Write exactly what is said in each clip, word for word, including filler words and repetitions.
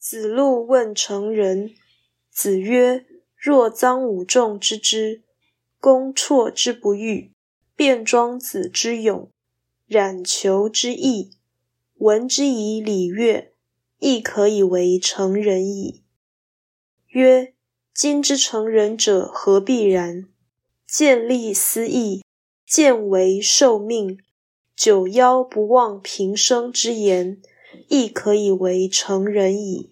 子路问成人，子曰：若臧武仲之之，公绰之不欲，卞庄子之勇，冉求之义，闻之以礼乐，亦可以为成人矣。曰：今之成人者何必然？见利思义，见为受命，九夭不忘平生之言，亦可以为成人矣。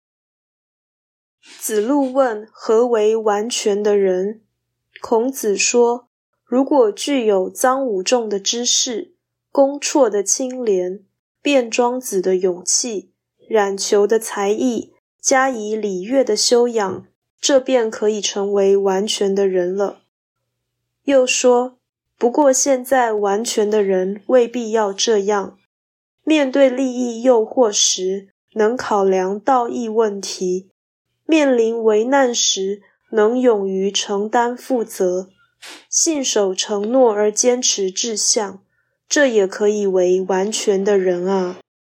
子路问何为完全的人？孔子说，如果具有臧武仲的知识，公绰的清廉，卞庄子的勇气，冉求的才艺，加以礼乐的修养，这便可以成为完全的人了。又说，不过现在完全的人未必要这样，面对利益诱惑时，能考量道义问题，面临危难时，能勇于承担负责，信守承诺而坚持志向，这也可以为完全的人啊。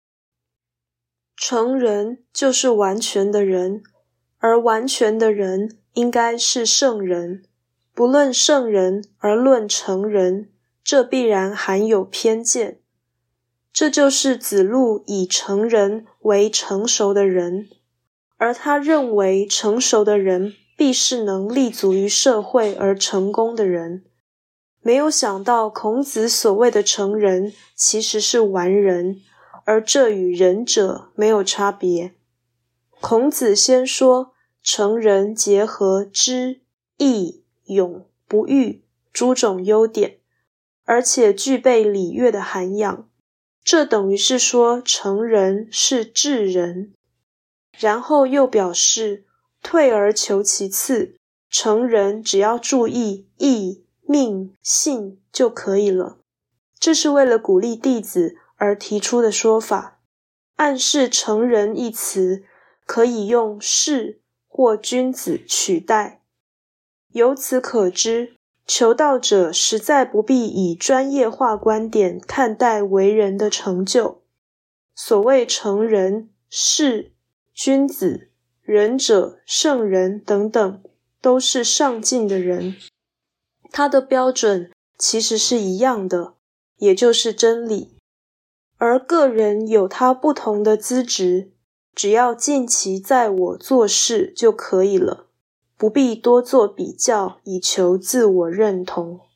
成人就是完全的人，而完全的人应该是圣人。不论圣人而论成人，这必然含有偏见。这就是子路以成人为成熟的人，而他认为成熟的人必是能立足于社会而成功的人。没有想到孔子所谓的成人其实是完人，而这与仁者没有差别。孔子先说成人结合知、义、勇、不欲诸种优点，而且具备礼乐的涵养，这等于是说成人是智人。然后又表示退而求其次，成人只要注意义、命、信就可以了。这是为了鼓励弟子而提出的说法，暗示成人一词可以用士或君子取代。由此可知，求道者实在不必以专业化观点看待为人的成就。所谓成人、士、君子、仁者、圣人等等，都是上进的人。他的标准其实是一样的，也就是真理。而个人有他不同的资质，只要尽其在我做事就可以了，不必多做比较以求自我认同。